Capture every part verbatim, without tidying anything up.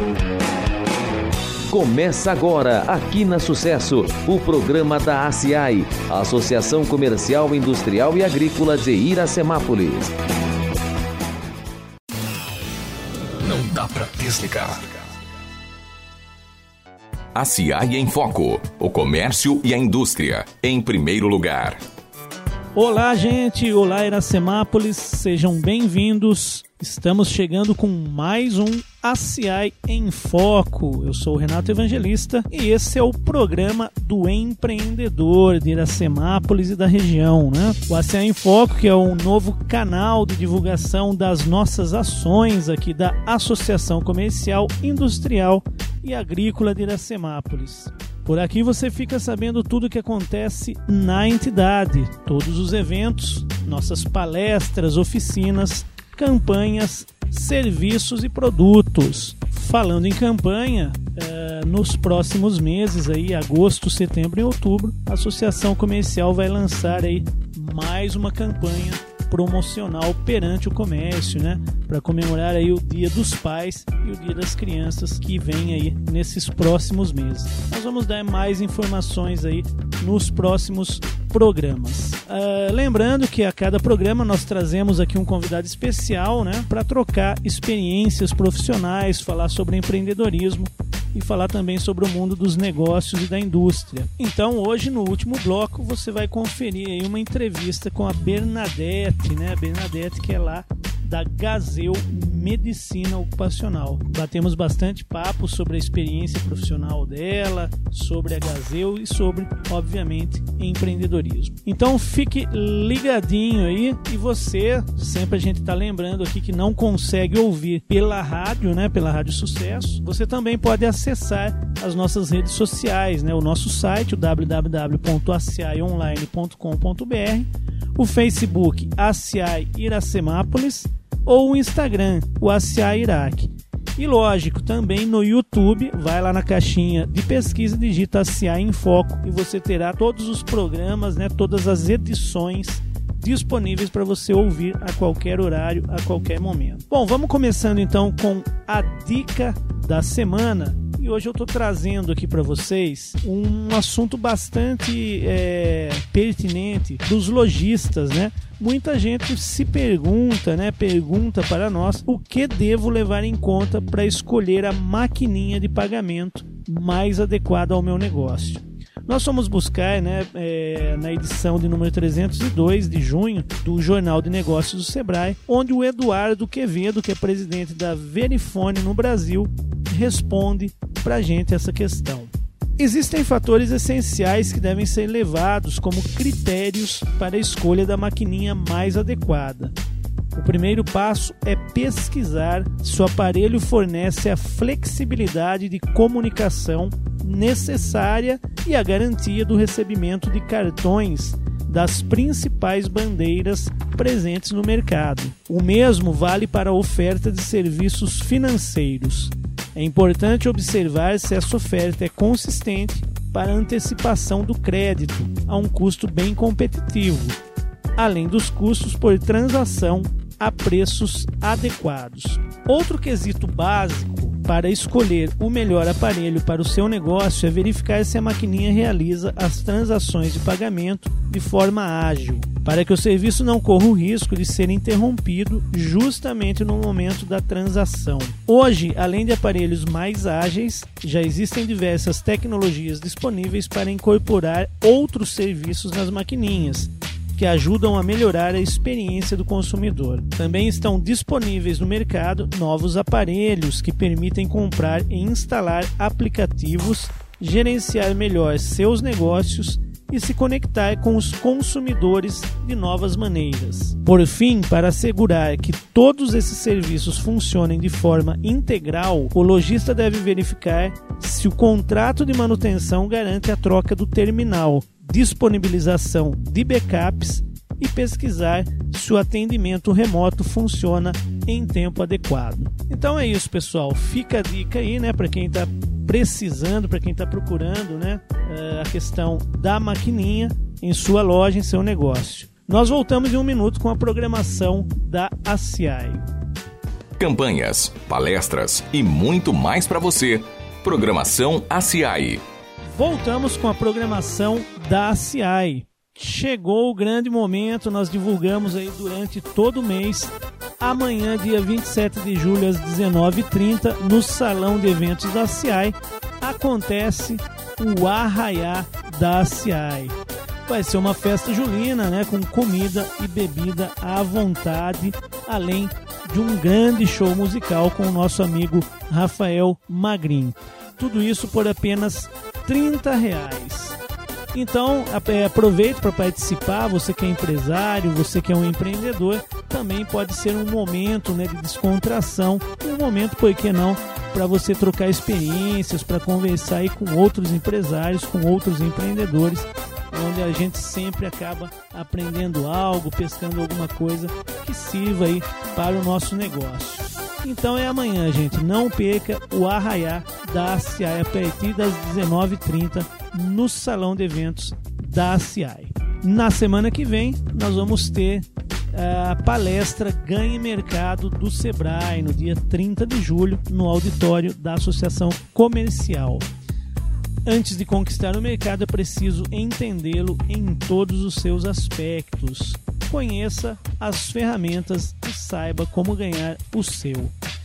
Começa agora, aqui na Sucesso, o programa da A C I, a Associação Comercial, Industrial e Agrícola de Iracemápolis. Não dá pra desligar. A C I em Foco, o comércio e a indústria, em primeiro lugar. Olá, gente! Olá, Iracemápolis! Sejam bem-vindos! Estamos chegando com mais um A C I em Foco. Eu sou o Renato Evangelista e esse é o programa do empreendedor de Iracemápolis e da região, né? O A C I em Foco, que é um novo canal de divulgação das nossas ações aqui da Associação Comercial, Industrial e Agrícola de Iracemápolis. Por aqui você fica sabendo tudo o que acontece na entidade, todos os eventos, nossas palestras, oficinas, campanhas, serviços e produtos. Falando em campanha, eh, nos próximos meses, aí, agosto, setembro e outubro, a Associação Comercial vai lançar aí mais uma campanha promocional perante o comércio, né? Para comemorar aí o Dia dos Pais e o Dia das Crianças que vem aí nesses próximos meses. Nós vamos dar mais informações aí nos próximos programas. Uh, lembrando que a cada programa nós trazemos aqui um convidado especial, né? Para trocar experiências profissionais, falar sobre empreendedorismo e falar também sobre o mundo dos negócios e da indústria. Então hoje, no último bloco, você vai conferir aí uma entrevista com a Bernadette, né? A Bernadette, que é lá da Gazeu Medicina Ocupacional. Batemos bastante papo sobre a experiência profissional dela, sobre a Gazeu e sobre, obviamente, empreendedorismo. Então fique ligadinho aí, e você, sempre a gente está lembrando aqui que não consegue ouvir pela rádio, né, pela Rádio Sucesso, você também pode acessar as nossas redes sociais, né, o nosso site, o w w w ponto a c i online ponto com ponto b r, o Facebook A C I Iracemápolis, ou o Instagram, o A C I Iraque. E lógico, também no YouTube, vai lá na caixinha de pesquisa, digita A C I em Foco e você terá todos os programas, né, todas as edições disponíveis para você ouvir a qualquer horário, a qualquer momento. Bom, vamos começando então com a dica da semana. E hoje eu estou trazendo aqui para vocês um assunto bastante é, pertinente dos lojistas, né? Muita gente se pergunta, né? Pergunta para nós o que devo levar em conta para escolher a maquininha de pagamento mais adequada ao meu negócio. Nós fomos buscar, né, é, na edição de número trezentos e dois de junho do Jornal de Negócios do Sebrae, onde o Eduardo Quevedo, que é presidente da Verifone no Brasil, responde para a gente essa questão. Existem fatores essenciais que devem ser levados como critérios para a escolha da maquininha mais adequada. O primeiro passo é pesquisar se o aparelho fornece a flexibilidade de comunicação necessária e a garantia do recebimento de cartões das principais bandeiras presentes no mercado. O mesmo vale para a oferta de serviços financeiros. É importante observar se essa oferta é consistente para a antecipação do crédito a um custo bem competitivo, além dos custos por transação a preços adequados. Outro quesito básico para escolher o melhor aparelho para o seu negócio é verificar se a maquininha realiza as transações de pagamento de forma ágil, para que o serviço não corra o risco de ser interrompido justamente no momento da transação. Hoje, além de aparelhos mais ágeis, já existem diversas tecnologias disponíveis para incorporar outros serviços nas maquininhas, que ajudam a melhorar a experiência do consumidor. Também estão disponíveis no mercado novos aparelhos que permitem comprar e instalar aplicativos, gerenciar melhor seus negócios e se conectar com os consumidores de novas maneiras. Por fim, para assegurar que todos esses serviços funcionem de forma integral, o lojista deve verificar se o contrato de manutenção garante a troca do terminal, disponibilização de backups e pesquisar se o atendimento remoto funciona em tempo adequado. Então é isso, pessoal. Fica a dica aí, né, para quem está precisando, para quem está procurando, né, a questão da maquininha em sua loja, em seu negócio. Nós voltamos em um minuto com a programação da A C I. campanhas, palestras e muito mais para você. Programação A C I. Voltamos com a programação da A C I. Chegou o grande momento, nós divulgamos aí durante todo o mês. Amanhã, dia vinte e sete de julho, às dezenove e trinta, no Salão de Eventos da A C I, acontece o Arraiá da A C I. Vai ser uma festa julina, né, com comida e bebida à vontade, além de um grande show musical com o nosso amigo Rafael Magrin. Tudo isso por apenas trinta reais. Então, aproveite para participar, você que é empresário, você que é um empreendedor, também pode ser um momento, né, de descontração, um momento, por que não, para você trocar experiências, para conversar aí com outros empresários, com outros empreendedores, onde a gente sempre acaba aprendendo algo, pescando alguma coisa que sirva aí para o nosso negócio. Então é amanhã, gente. Não perca o Arraiá da A C I a partir das dezenove e trinta no Salão de Eventos da A C I. Na semana que vem, nós vamos ter a palestra Ganhe Mercado do Sebrae, no dia trinta de julho, no auditório da Associação Comercial. Antes de conquistar o mercado, é preciso entendê-lo em todos os seus aspectos. Conheça as ferramentas e saiba como ganhar o seu.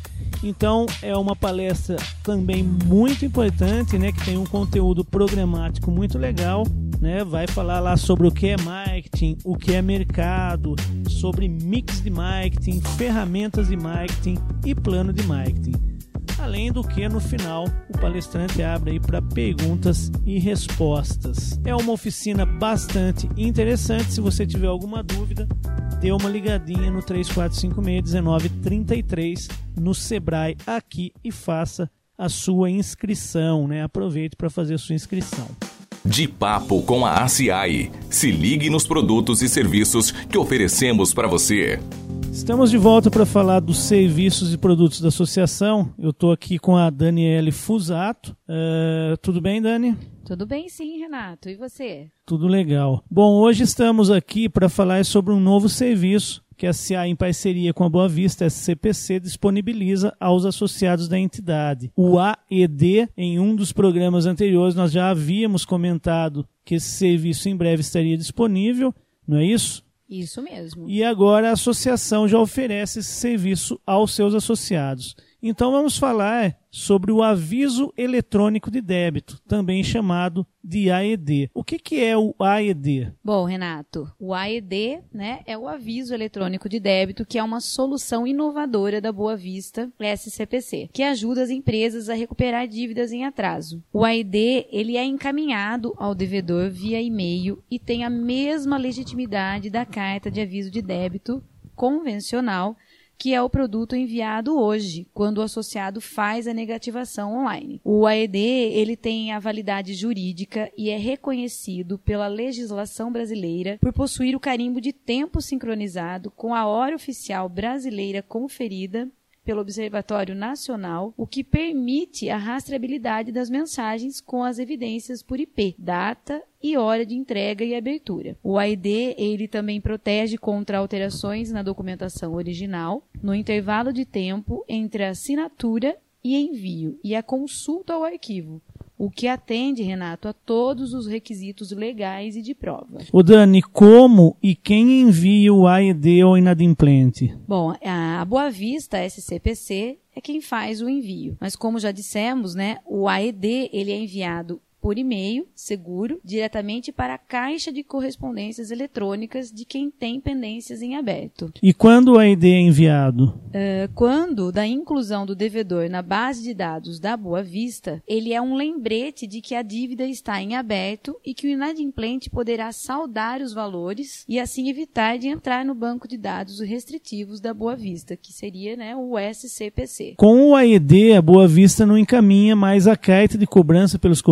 Então, é uma palestra também muito importante, né, que tem um conteúdo programático muito legal, né? Vai falar lá sobre o que é marketing, o que é mercado, sobre mix de marketing, ferramentas de marketing e plano de marketing. Além do que, no final, o palestrante abre aí para perguntas e respostas. É uma oficina bastante interessante. Se você tiver alguma dúvida, dê uma ligadinha no três quatro cinco seis, um nove três três no Sebrae aqui e faça a sua inscrição, né? Aproveite para fazer a sua inscrição. De Papo com a A C I. Se ligue nos produtos e serviços que oferecemos para você. Estamos de volta para falar dos serviços e produtos da associação. Eu estou aqui com a Daniele Fusato. Uh, tudo bem, Dani? Tudo bem, sim, Renato. E você? Tudo legal. Bom, hoje estamos aqui para falar sobre um novo serviço que a C I, em parceria com a Boa Vista S C P C, disponibiliza aos associados da entidade. O A E D, em um dos programas anteriores, nós já havíamos comentado que esse serviço em breve estaria disponível, não é isso? Isso mesmo. E agora a associação já oferece esse serviço aos seus associados. Então vamos falar sobre o aviso eletrônico de débito, também chamado de A E D. O que, que é o A E D? Bom, Renato, o A E D, né, é o aviso eletrônico de débito, que é uma solução inovadora da Boa Vista S C P C, que ajuda as empresas a recuperar dívidas em atraso. O A E D, ele é encaminhado ao devedor via e-mail e tem a mesma legitimidade da carta de aviso de débito convencional, que é o produto enviado hoje, quando o associado faz a negativação online. O A E D, ele tem a validade jurídica e é reconhecido pela legislação brasileira por possuir o carimbo de tempo sincronizado com a hora oficial brasileira conferida pelo Observatório Nacional, o que permite a rastreabilidade das mensagens com as evidências por I P, data e hora de entrega e abertura. O A E D, ele também protege contra alterações na documentação original, no intervalo de tempo entre a assinatura e envio e a consulta ao arquivo, o que atende, Renato, a todos os requisitos legais e de prova. Ô Dani, como e quem envia o A E D ao inadimplente? Bom, a Boa Vista S C P C é quem faz o envio. Mas como já dissemos, né, o A E D ele é enviado por e-mail, seguro, diretamente para a caixa de correspondências eletrônicas de quem tem pendências em aberto. E quando o A E D é enviado? Uh, quando da inclusão do devedor na base de dados da Boa Vista, ele é um lembrete de que a dívida está em aberto e que o inadimplente poderá saldar os valores e assim evitar de entrar no banco de dados restritivos da Boa Vista, que seria, né, o S C P C. Com o A E D, a Boa Vista não encaminha mais a carta de cobrança pelos correios, é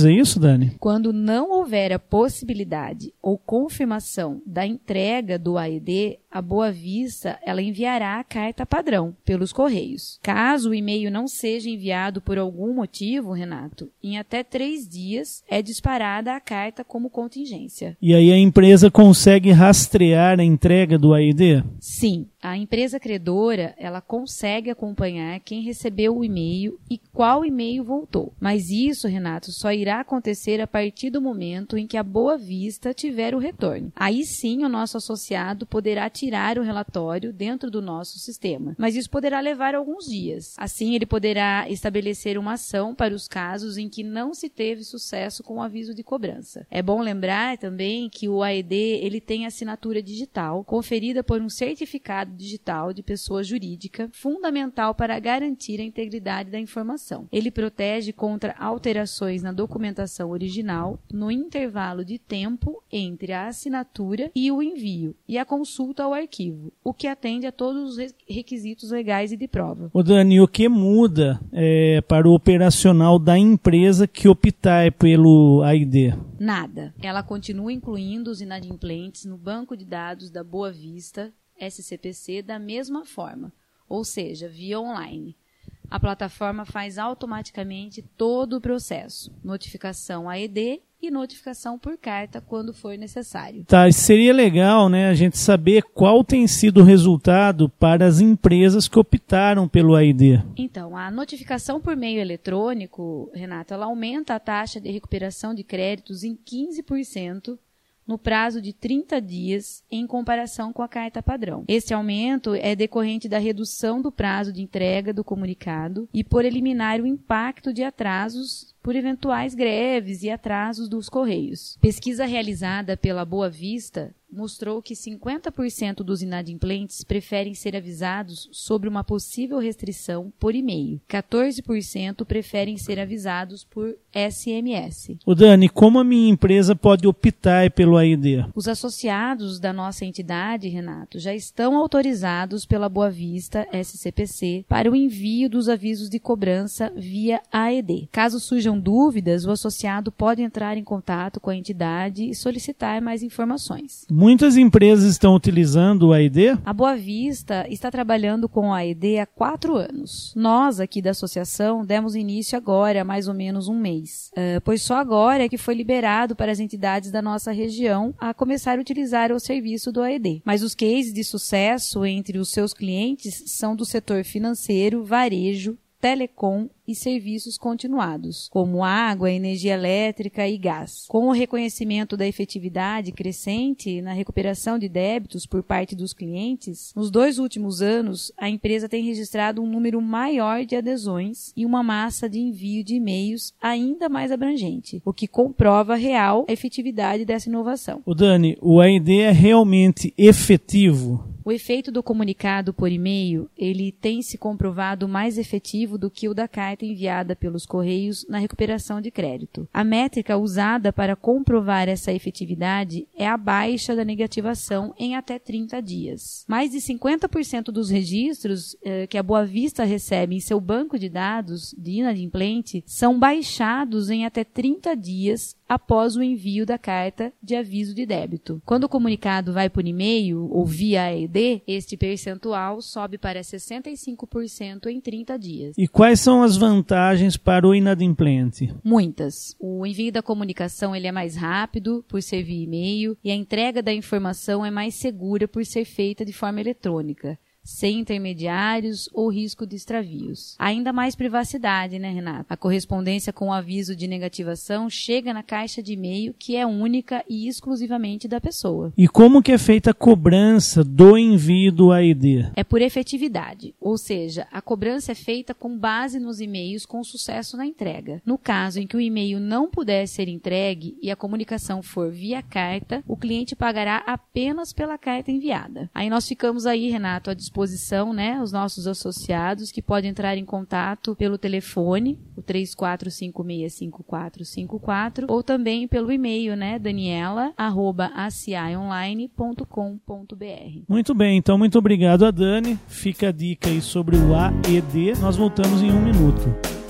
muda isso, Dani? Quando não houver a possibilidade ou confirmação da entrega do A E D, a Boa Vista ela enviará a carta padrão pelos Correios. Caso o e-mail não seja enviado por algum motivo, Renato, em até três dias é disparada a carta como contingência. E aí a empresa consegue rastrear a entrega do A E D? Sim, a empresa credora ela consegue acompanhar quem recebeu o e-mail e qual e-mail voltou. Mas isso, Renato, só irá acontecer a partir do momento em que a Boa Vista tiver o retorno. Aí sim o nosso associado poderá tirar o relatório dentro do nosso sistema. Mas isso poderá levar alguns dias. Assim, ele poderá estabelecer uma ação para os casos em que não se teve sucesso com o aviso de cobrança. É bom lembrar também que o A E D ele tem assinatura digital, conferida por um certificado digital de pessoa jurídica, fundamental para garantir a integridade da informação. Ele protege contra alterações na documentação original no intervalo de tempo entre a assinatura e o envio e a consulta ao arquivo, o que atende a todos os requisitos legais e de prova. Ô Dani, o que muda é, para o operacional da empresa que optar pelo A I D? Nada. Ela continua incluindo os inadimplentes no banco de dados da Boa Vista S C P C da mesma forma, ou seja, via online. A plataforma faz automaticamente todo o processo, notificação A E D e notificação por carta quando for necessário. Tá, seria legal, né, a gente saber qual tem sido o resultado para as empresas que optaram pelo A I D. Então, a notificação por meio eletrônico, Renato, ela aumenta a taxa de recuperação de créditos em quinze por cento no prazo de trinta dias em comparação com a carta padrão. Este aumento é decorrente da redução do prazo de entrega do comunicado e por eliminar o impacto de atrasos por eventuais greves e atrasos dos Correios. Pesquisa realizada pela Boa Vista mostrou que cinquenta por cento dos inadimplentes preferem ser avisados sobre uma possível restrição por e-mail. quatorze por cento preferem ser avisados por S M S. Ô Dani, como a minha empresa pode optar pelo A I D? Os associados da nossa entidade, Renato, já estão autorizados pela Boa Vista S C P C para o envio dos avisos de cobrança via A E D. Caso surjam dúvidas, o associado pode entrar em contato com a entidade e solicitar mais informações. Muitas empresas estão utilizando o A I D? A Boa Vista está trabalhando com o A I D há quatro anos. Nós, aqui da associação, demos início agora, há mais ou menos um mês, uh, pois só agora é que foi liberado para as entidades da nossa região a começar a utilizar o serviço do A I D. Mas os cases de sucesso entre os seus clientes são do setor financeiro, varejo, telecom e serviços continuados, como água, energia elétrica e gás. Com o reconhecimento da efetividade crescente na recuperação de débitos por parte dos clientes, nos dois últimos anos, a empresa tem registrado um número maior de adesões e uma massa de envio de e-mails ainda mais abrangente, o que comprova a real efetividade dessa inovação. O Dani, o A I D é realmente efetivo? O efeito do comunicado por e-mail, ele tem se comprovado mais efetivo do que o da carta enviada pelos Correios na recuperação de crédito. A métrica usada para comprovar essa efetividade é a baixa da negativação em até trinta dias. Mais de cinquenta por cento dos registros eh, que a Boa Vista recebe em seu banco de dados de inadimplente são baixados em até trinta dias após o envio da carta de aviso de débito. Quando o comunicado vai por e-mail ou via A E D, este percentual sobe para sessenta e cinco por cento em trinta dias. E quais são as vantagens para o inadimplente? Muitas. O envio da comunicação ele é mais rápido por ser via e-mail e a entrega da informação é mais segura por ser feita de forma eletrônica, sem intermediários ou risco de extravios. Ainda mais privacidade, né, Renato? A correspondência com o aviso de negativação chega na caixa de e-mail que é única e exclusivamente da pessoa. E como que é feita a cobrança do envio do A I D? É por efetividade, ou seja, a cobrança é feita com base nos e-mails com sucesso na entrega. No caso em que o e-mail não puder ser entregue e a comunicação for via carta, o cliente pagará apenas pela carta enviada. Aí nós ficamos aí, Renato, à disposição disposição, né, os nossos associados que podem entrar em contato pelo telefone, o três quatro cinco seis cinco quatro cinco quatro, ou também pelo e-mail, né, daniela arroba a c i online ponto com ponto b r. Muito bem, então muito obrigado a Dani. Fica a dica aí sobre o A E D. Nós voltamos em um minuto.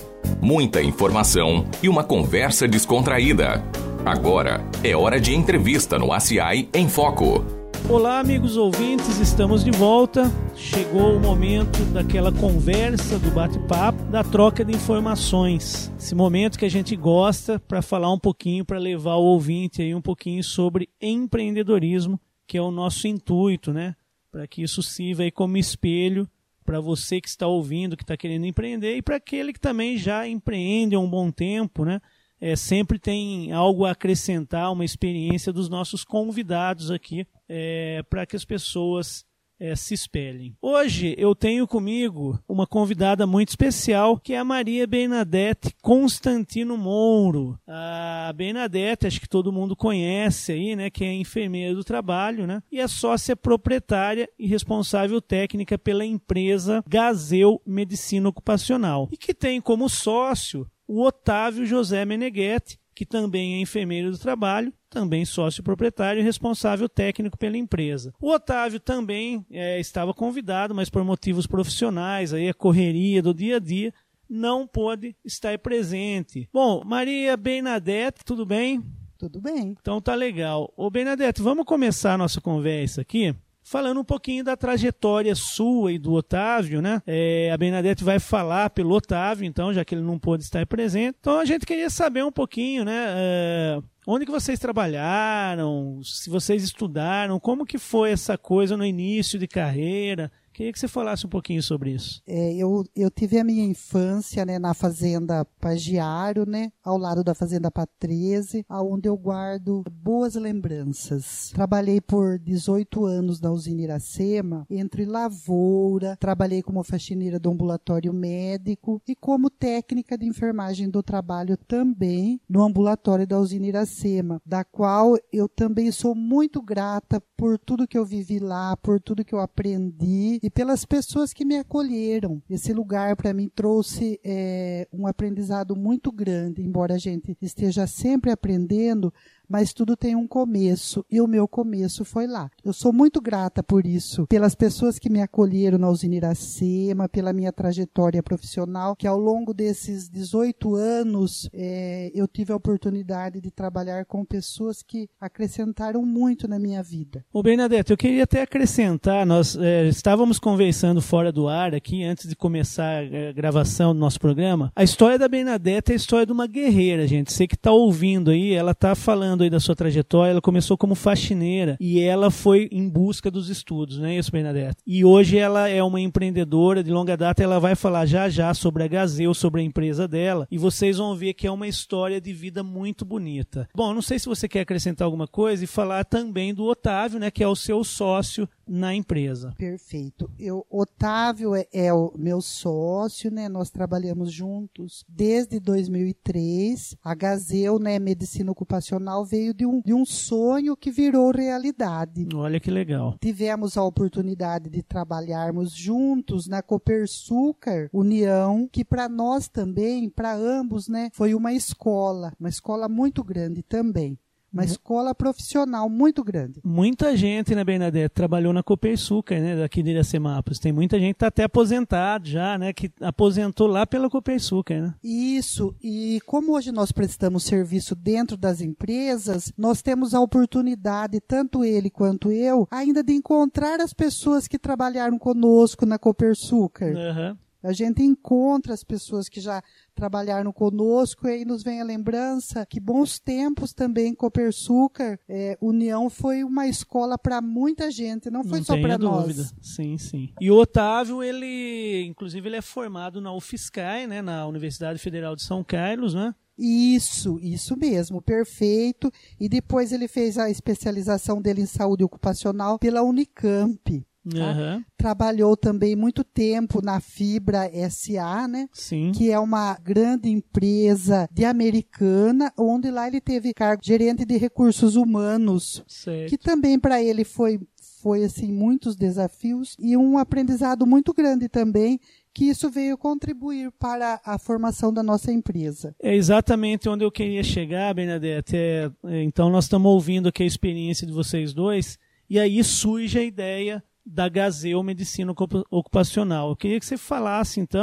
muita informação e uma conversa descontraída. Agora é hora de entrevista no A C I em Foco. Olá, amigos ouvintes, estamos de volta. Chegou o momento daquela conversa, do bate-papo, da troca de informações. Esse momento que a gente gosta para falar um pouquinho, para levar o ouvinte aí um pouquinho sobre empreendedorismo, que é o nosso intuito, né? Para que isso sirva aí como espelho para você que está ouvindo, que está querendo empreender, e para aquele que também já empreende há um bom tempo, né? É, sempre tem algo a acrescentar, uma experiência dos nossos convidados aqui, é, para que as pessoas é, se espelhem. Hoje eu tenho comigo uma convidada muito especial, que é a Maria Bernadette Constantino Mouro. A Bernadette, acho que todo mundo conhece aí, né, que é enfermeira do trabalho, né, e é sócia proprietária e responsável técnica pela empresa Gazeu Medicina Ocupacional, e que tem como sócio o Otávio José Meneghetti, que também é enfermeiro do trabalho, também sócio proprietário e responsável técnico pela empresa. O Otávio também é, estava convidado, mas por motivos profissionais, aí a correria do dia a dia, não pôde estar presente. Bom, Maria Bernadette, tudo bem? Tudo bem. Então tá legal. Ô Bernadette, vamos começar a nossa conversa aqui falando um pouquinho da trajetória sua e do Otávio, né? É, a Bernadette vai falar pelo Otávio, então, já que ele não pôde estar presente. Então a gente queria saber um pouquinho, né? É, onde que vocês trabalharam, se vocês estudaram, como que foi essa coisa no início de carreira? Queria que você falasse um pouquinho sobre isso. É, eu, eu tive a minha infância, né, na Fazenda Pagiário, né, ao lado da Fazenda Patrese, onde eu guardo boas lembranças. Trabalhei por dezoito anos na usina Iracema, entre lavoura, trabalhei como faxineira do ambulatório médico e como técnica de enfermagem do trabalho também no ambulatório da usina Iracema, da qual eu também sou muito grata por tudo que eu vivi lá, por tudo que eu aprendi e pelas pessoas que me acolheram. Esse lugar para mim trouxe é, um aprendizado muito grande, embora a gente esteja sempre aprendendo, mas tudo tem um começo, e o meu começo foi lá. Eu sou muito grata por isso, pelas pessoas que me acolheram na usina Iracema, pela minha trajetória profissional, que ao longo desses dezoito anos é, eu tive a oportunidade de trabalhar com pessoas que acrescentaram muito na minha vida. Ô Bernadette, eu queria até acrescentar, nós é, estávamos conversando fora do ar aqui, antes de começar a gravação do nosso programa. A história da Bernadette é a história de uma guerreira, gente. Você que está ouvindo aí, ela está falando aí da sua trajetória, ela começou como faxineira e ela foi em busca dos estudos, não é isso, Bernadette? E hoje ela é uma empreendedora de longa data, ela vai falar já já sobre a Gazeu, sobre a empresa dela, e vocês vão ver que é uma história de vida muito bonita. Bom, não sei se você quer acrescentar alguma coisa e falar também do Otávio, né, que é o seu sócio na empresa. Perfeito. Eu, Otávio é, é o meu sócio, né? Nós trabalhamos juntos desde dois mil e três. A Gazeu, né, Medicina Ocupacional, veio de um, de um sonho que virou realidade. Olha que legal. Tivemos a oportunidade de trabalharmos juntos na Copersucar União, que para nós também, para ambos, né, foi uma escola, uma escola muito grande também. Uma escola profissional muito grande. Muita gente, né, Bernadette, trabalhou na Copersucar, né, daqui de Iracemápolis. Tem muita gente que está até aposentado já, né, que aposentou lá pela Copersucar, né? Isso, e como hoje nós prestamos serviço dentro das empresas, nós temos a oportunidade, tanto ele quanto eu, ainda de encontrar as pessoas que trabalharam conosco na Copersucar. Uhum. A gente encontra as pessoas que já trabalharam conosco e aí nos vem a lembrança que bons tempos também Copersucar, é, União foi uma escola para muita gente, não foi não só para nós. Sim, sim. E o Otávio, ele, inclusive, ele é formado na U F S C A I, né, na Universidade Federal de São Carlos, né? Isso, isso mesmo, perfeito. E depois ele fez a especialização dele em saúde ocupacional pela Unicamp. Tá? Uhum. Trabalhou também muito tempo na Fibra S A, né? Sim. Que é uma grande empresa de Americana, onde lá ele teve cargo de gerente de recursos humanos, certo. Que também para ele foi, foi assim, muitos desafios e um aprendizado muito grande também, que isso veio contribuir para a formação da nossa empresa. É exatamente onde eu queria chegar, Bernadette. É, então nós estamos ouvindo aqui a experiência de vocês dois, e aí surge a ideia da Gazeu Medicina Ocupacional. Eu queria que você falasse, então,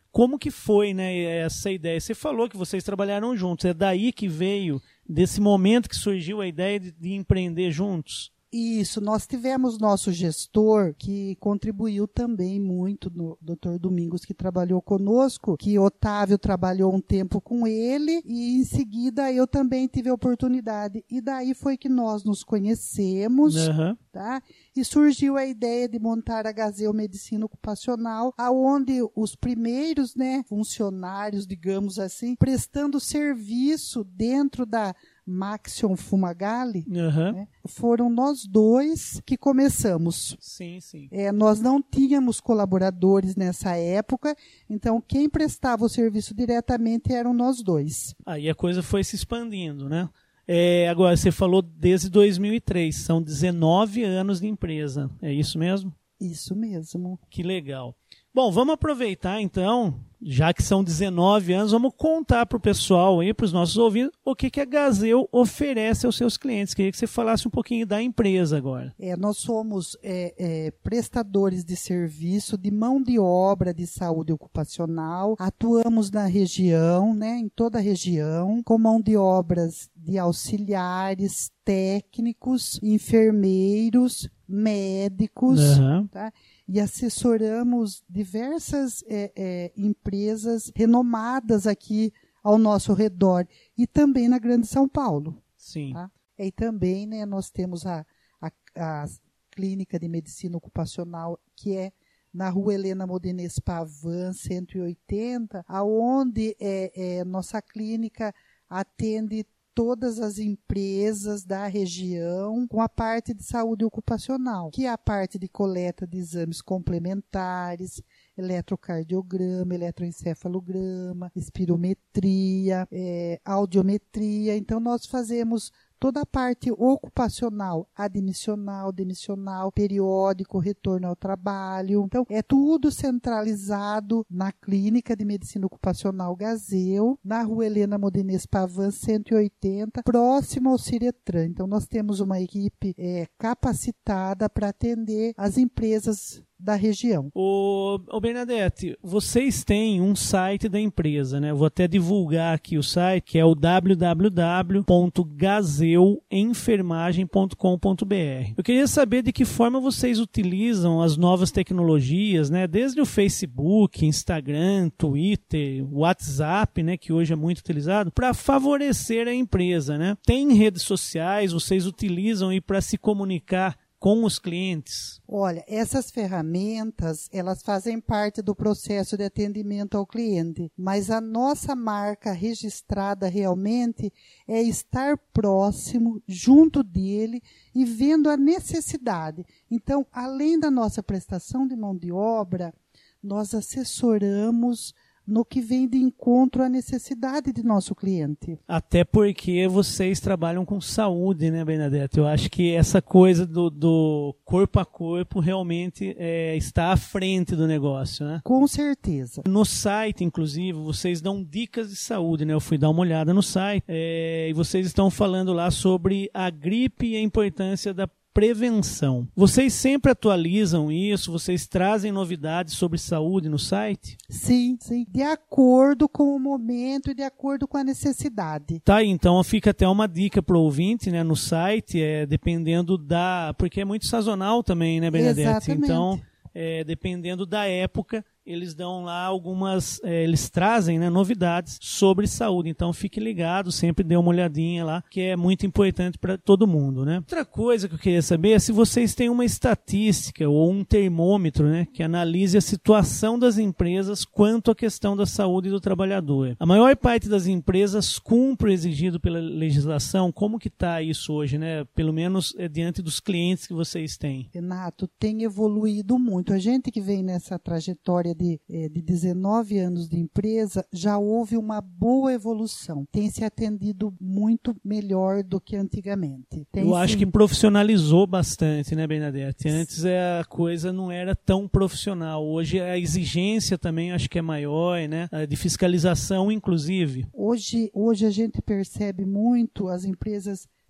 Como que foi, né, essa ideia? Você falou que vocês trabalharam juntos, é daí que veio, desse momento que surgiu a ideia de, de empreender juntos? Isso, nós tivemos nosso gestor que contribuiu também muito, no doutor Domingos, que trabalhou conosco, que Otávio trabalhou um tempo com ele e em seguida eu também tive a oportunidade. E daí foi que nós nos conhecemos, uhum. tá? E surgiu a ideia de montar a Gazeu Medicina Ocupacional, aonde os primeiros, né, funcionários, digamos assim, prestando serviço dentro da Maxion Fumagalli, uhum. né, foram nós dois que começamos. Sim, sim. É, nós não tínhamos colaboradores nessa época, então quem prestava o serviço diretamente eram nós dois. Aí a coisa foi se expandindo, né? É, agora, você falou desde dois mil e três, são dezenove anos de empresa, é isso mesmo? Isso mesmo. Que legal. Bom, vamos aproveitar então, já que são dezenove anos, vamos contar para o pessoal aí, para os nossos ouvintes, o que, que a Gazeu oferece aos seus clientes. Queria que você falasse um pouquinho da empresa agora. É, nós somos é, é, prestadores de serviço de mão de obra de saúde ocupacional, atuamos na região, né, em toda a região, com mão de obras de auxiliares, técnicos, enfermeiros, médicos, uhum. tá? E assessoramos diversas é, é, empresas renomadas aqui ao nosso redor e também na Grande São Paulo. Sim. Tá? E também, né, nós temos a, a, a Clínica de Medicina Ocupacional, que é na Rua Helena Modenês Pavan, cento e oitenta, aonde é, é, nossa clínica atende todas as empresas da região com a parte de saúde ocupacional, que é a parte de coleta de exames complementares, eletrocardiograma, eletroencefalograma, espirometria, é, audiometria. Então, nós fazemos toda a parte ocupacional, admissional, demissional, periódico, retorno ao trabalho. Então, é tudo centralizado na Clínica de Medicina Ocupacional Gazeu, na Rua Helena Modenês Pavan, cento e oitenta, próximo ao Ciretran. Então, nós temos uma equipe é, capacitada para atender as empresas da região. Ô, ô Bernadette, vocês têm um site da empresa, né? Vou até divulgar aqui o site, que é o w w w ponto gazeu enfermagem ponto com ponto b r. Eu queria saber de que forma vocês utilizam as novas tecnologias, né? Desde o Facebook, Instagram, Twitter, WhatsApp, né? Que hoje é muito utilizado, para favorecer a empresa, né? Tem redes sociais, vocês utilizam aí para se comunicar com os clientes? Olha, essas ferramentas, elas fazem parte do processo de atendimento ao cliente, mas a nossa marca registrada realmente é estar próximo, junto dele e vendo a necessidade. Então, além da nossa prestação de mão de obra, nós assessoramos no que vem de encontro à necessidade de nosso cliente. Até porque vocês trabalham com saúde, né, Bernadette? Eu acho que essa coisa do, do corpo a corpo realmente é, está à frente do negócio, né? Com certeza. No site, inclusive, vocês dão dicas de saúde, né? Eu fui dar uma olhada no site é, e vocês estão falando lá sobre a gripe e a importância da prevenção. Vocês sempre atualizam isso? Vocês trazem novidades sobre saúde no site? Sim, sim. De acordo com o momento e de acordo com a necessidade. Tá, então fica até uma dica para o ouvinte, né, no site, é, dependendo da... Porque é muito sazonal também, né, Bernadette? Exatamente. Então, é, dependendo da época, eles dão lá algumas, é, eles trazem, né, novidades sobre saúde. Então fique ligado, sempre dê uma olhadinha lá, que é muito importante para todo mundo, né? Outra coisa que eu queria saber é se vocês têm uma estatística ou um termômetro, né, que analise a situação das empresas quanto à questão da saúde do trabalhador. A maior parte das empresas cumpre o exigido pela legislação. Como que está isso hoje, né? Pelo menos é, diante dos clientes que vocês têm. Renato, tem evoluído muito. A gente que vem nessa trajetória De, de dezenove anos de empresa, já houve uma boa evolução. Tem se atendido muito melhor do que antigamente. Tem Eu acho sim. que profissionalizou bastante, né, Bernadette? Antes a coisa não era tão profissional. Hoje a exigência também acho que é maior, né? De fiscalização, inclusive. Hoje, hoje a gente percebe muito as empresas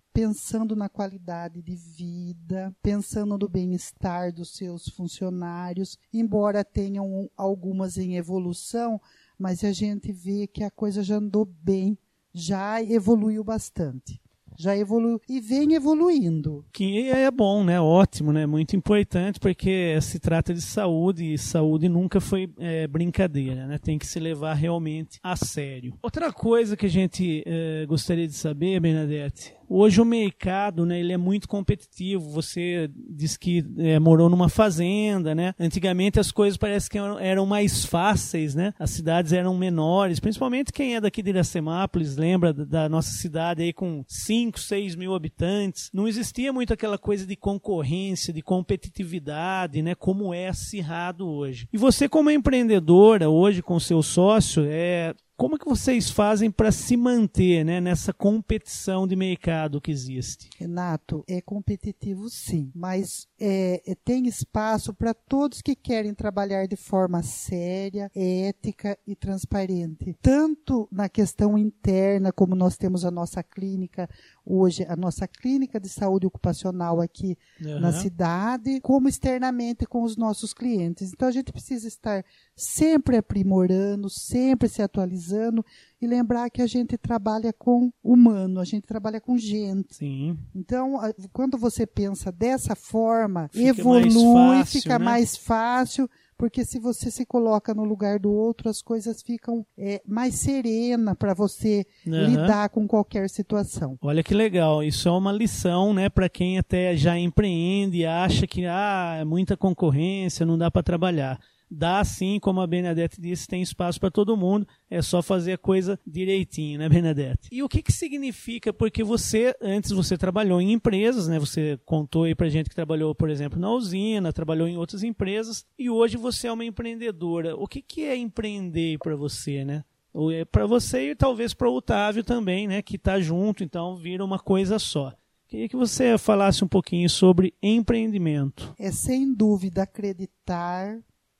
pensando na qualidade de vida, pensando no bem-estar dos seus funcionários, embora tenham algumas em evolução, mas a gente vê que a coisa já andou bem, já evoluiu bastante. Já evoluiu e vem evoluindo. Que é bom, né? Ótimo, né? Muito importante, porque se trata de saúde e saúde nunca foi é, brincadeira, né? Tem que se levar realmente a sério. Outra coisa que a gente é, gostaria de saber, Bernadette, hoje o mercado, né, ele é muito competitivo. Você diz que é, morou numa fazenda, né? Antigamente as coisas parece que eram, eram mais fáceis, né? As cidades eram menores, principalmente quem é daqui de Iracemápolis, lembra da, da nossa cidade aí com cinco, seis mil habitantes. Não existia muito aquela coisa de concorrência, de competitividade, né? Como é acirrado hoje. E você, como empreendedora, hoje com seu sócio, é... como que vocês fazem para se manter, né, nessa competição de mercado que existe? Renato, é competitivo sim, mas é, é, tem espaço para todos que querem trabalhar de forma séria, ética e transparente. Tanto na questão interna, como nós temos a nossa clínica hoje, a nossa clínica de saúde ocupacional aqui uhum. na cidade, como externamente com os nossos clientes. Então a gente precisa estar sempre aprimorando, sempre se atualizando e lembrar que a gente trabalha com humano, a gente trabalha com gente. Sim. Então, quando você pensa dessa forma, fica evolui, mais fácil, fica né? mais fácil, porque se você se coloca no lugar do outro, as coisas ficam é, mais serenas para você uhum. lidar com qualquer situação. Olha que legal, isso é uma lição, né, para quem até já empreende e acha que ah, é muita concorrência, não dá para trabalhar. Dá sim, como a Bernadette disse, tem espaço para todo mundo, é só fazer a coisa direitinho, né, Bernadette? E o que que significa, porque você, antes você trabalhou em empresas, né, você contou aí pra gente que trabalhou, por exemplo, na usina, trabalhou em outras empresas, e hoje você é uma empreendedora. O que que é empreender para você, né? Para você e talvez para o Otávio também, né, que está junto, então vira uma coisa só. Queria que você falasse um pouquinho sobre empreendimento. É sem dúvida acreditar,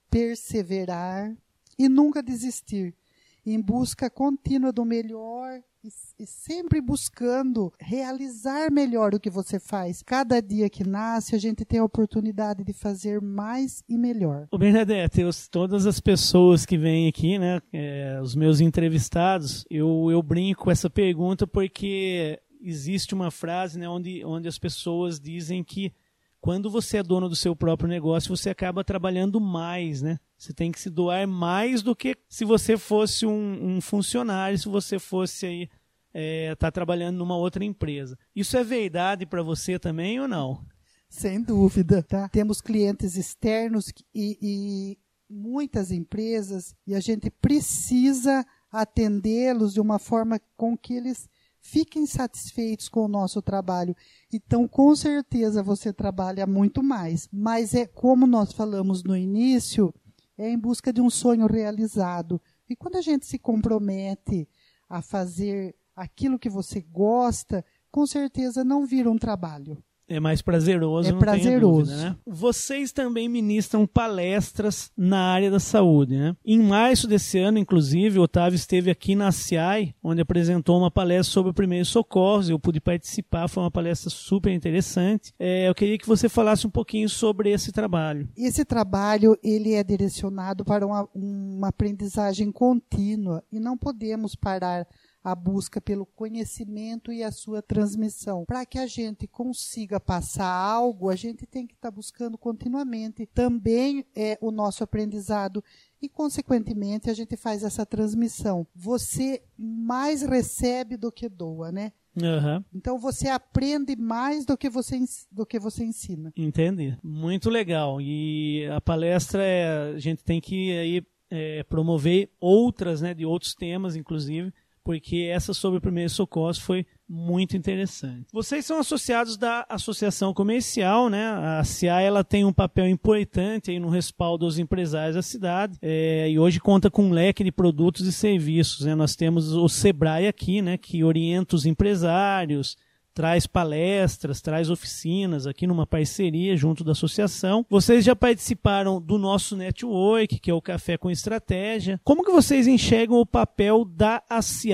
perseverar e nunca desistir, em busca contínua do melhor e, e sempre buscando realizar melhor o que você faz. Cada dia que nasce, a gente tem a oportunidade de fazer mais e melhor. Ô Bernadette, eu, todas as pessoas que vêm aqui, né, é, os meus entrevistados, eu, eu brinco com essa pergunta porque existe uma frase, né, onde, onde as pessoas dizem que quando você é dono do seu próprio negócio, você acaba trabalhando mais, né? Você tem que se doar mais do que se você fosse um, um funcionário, se você fosse aí é, tá trabalhando numa outra empresa. Isso é verdade para você também ou não? Sem dúvida, tá? Temos clientes externos e, e muitas empresas e a gente precisa atendê-los de uma forma com que eles fiquem satisfeitos com o nosso trabalho. Então, com certeza, você trabalha muito mais. Mas, é como nós falamos no início, é em busca de um sonho realizado. E quando a gente se compromete a fazer aquilo que você gosta, com certeza não vira um trabalho. É mais prazeroso, é não prazeroso. tenha dúvida, né? Vocês também ministram palestras na área da saúde, né? Em março desse ano, inclusive, o Otávio esteve aqui na A C I A I, onde apresentou uma palestra sobre primeiros socorros. Eu pude participar, foi uma palestra super interessante. É, eu queria que você falasse um pouquinho sobre esse trabalho. Esse trabalho ele é direcionado para uma, uma aprendizagem contínua e não podemos parar a busca pelo conhecimento e a sua transmissão. Para que a gente consiga passar algo, a gente tem que estar buscando continuamente também é, o nosso aprendizado e, consequentemente, a gente faz essa transmissão. Você mais recebe do que doa, né? Uhum. Então você aprende mais do que você, do que você ensina. Entendi. Muito legal. E a palestra, é, a gente tem que aí, é, promover outras, né, de outros temas, inclusive, porque essa sobre primeiros socorros foi muito interessante. Vocês são associados da Associação Comercial, né? A C I A ela tem um papel importante aí no respaldo aos empresários da cidade, é, e hoje conta com um leque de produtos e serviços, né? Nós temos o Sebrae aqui, né, que orienta os empresários, traz palestras, traz oficinas aqui numa parceria junto da associação. Vocês já participaram do nosso network, que é o Café com Estratégia. Como que vocês enxergam o papel da A C I A I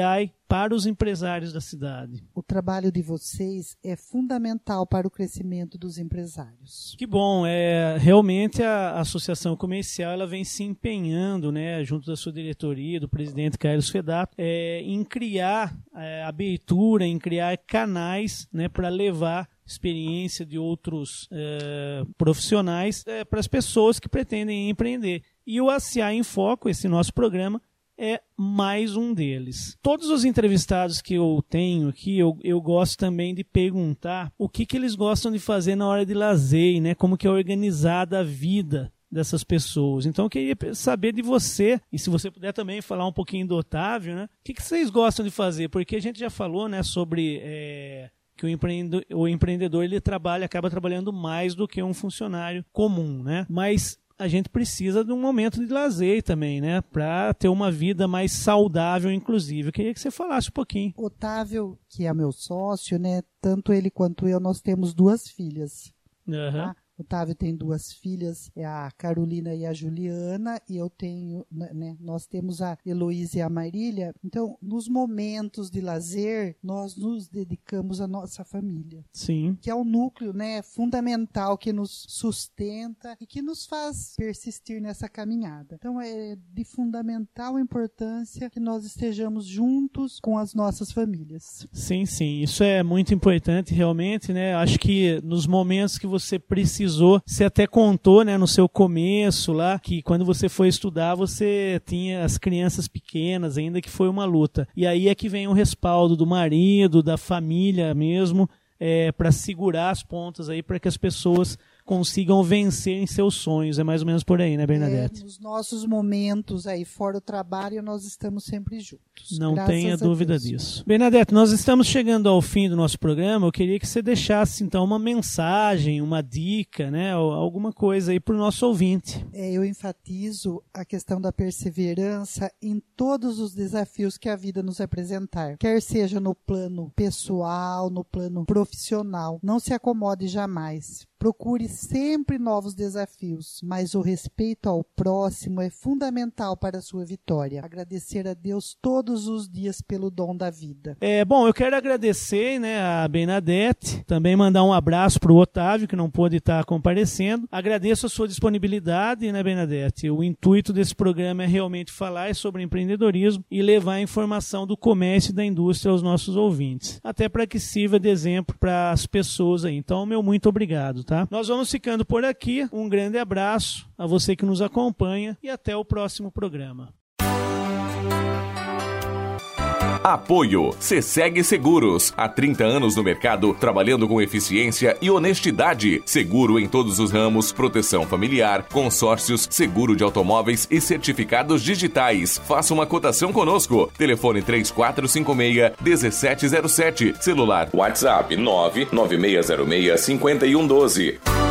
para os empresários da cidade. O trabalho de vocês é fundamental para o crescimento dos empresários. Que bom, é, realmente a Associação Comercial ela vem se empenhando, né, junto da sua diretoria, do presidente Carlos Fedato, é, em criar é, abertura, em criar canais, né, para levar experiência de outros é, profissionais é, para as pessoas que pretendem empreender. E o A C I em Foco, esse nosso programa, é mais um deles. Todos os entrevistados que eu tenho aqui, eu, eu gosto também de perguntar o que, que eles gostam de fazer na hora de lazer, né? Como que é organizada a vida dessas pessoas. Então eu queria saber de você, e se você puder também falar um pouquinho do Otávio, né? O que, que vocês gostam de fazer? Porque a gente já falou, né, sobre é, que o empreendedor, o empreendedor ele trabalha, acaba trabalhando mais do que um funcionário comum, né? Mas a gente precisa de um momento de lazer também, né? Para ter uma vida mais saudável, inclusive. Eu queria que você falasse um pouquinho. Otávio, que é meu sócio, né? Tanto ele quanto eu, nós temos duas filhas. Uhum. Tá? Otávio tem duas filhas, é a Carolina e a Juliana, e eu tenho, né, nós temos a Heloísa e a Marília. Então, nos momentos de lazer, nós nos dedicamos à nossa família. Sim. Que é o núcleo, né, fundamental que nos sustenta e que nos faz persistir nessa caminhada. Então, é de fundamental importância que nós estejamos juntos com as nossas famílias. Sim, sim. Isso é muito importante, realmente, né? Acho que nos momentos que você precisa você até contou, né, no seu começo lá, que quando você foi estudar, você tinha as crianças pequenas, ainda que foi uma luta. E aí é que vem o respaldo do marido, da família mesmo, é, para segurar as pontas aí, para que as pessoas consigam vencer em seus sonhos. É mais ou menos por aí, né, Bernadette? É, nos nossos momentos aí fora do trabalho, nós estamos sempre juntos. Não Graças tenha a dúvida Deus. disso. Bernadette, nós estamos chegando ao fim do nosso programa. Eu queria que você deixasse, então, uma mensagem, uma dica, né, alguma coisa aí para o nosso ouvinte. É, eu enfatizo a questão da perseverança em todos os desafios que a vida nos apresentar. Quer seja no plano pessoal, no plano profissional. Não se acomode jamais. Procure sempre novos desafios, mas o respeito ao próximo é fundamental para a sua vitória. Agradecer a Deus todos os dias pelo dom da vida. É, bom, eu quero agradecer, né, a Bernadette, também mandar um abraço para o Otávio, que não pôde estar comparecendo. Agradeço a sua disponibilidade, né, Bernadette? O intuito desse programa é realmente falar sobre empreendedorismo e levar a informação do comércio e da indústria aos nossos ouvintes, até para que sirva de exemplo para as pessoas aí. Então, meu muito obrigado. Tá? Nós vamos ficando por aqui. Um grande abraço a você que nos acompanha e até o próximo programa. Apoio Seseg Seguros. Há trinta anos no mercado, trabalhando com eficiência e honestidade. Seguro em todos os ramos, proteção familiar, consórcios, seguro de automóveis e certificados digitais. Faça uma cotação conosco. Telefone três quatro cinco seis, um sete zero sete. Celular WhatsApp nove nove seis zero seis, cinco um um dois.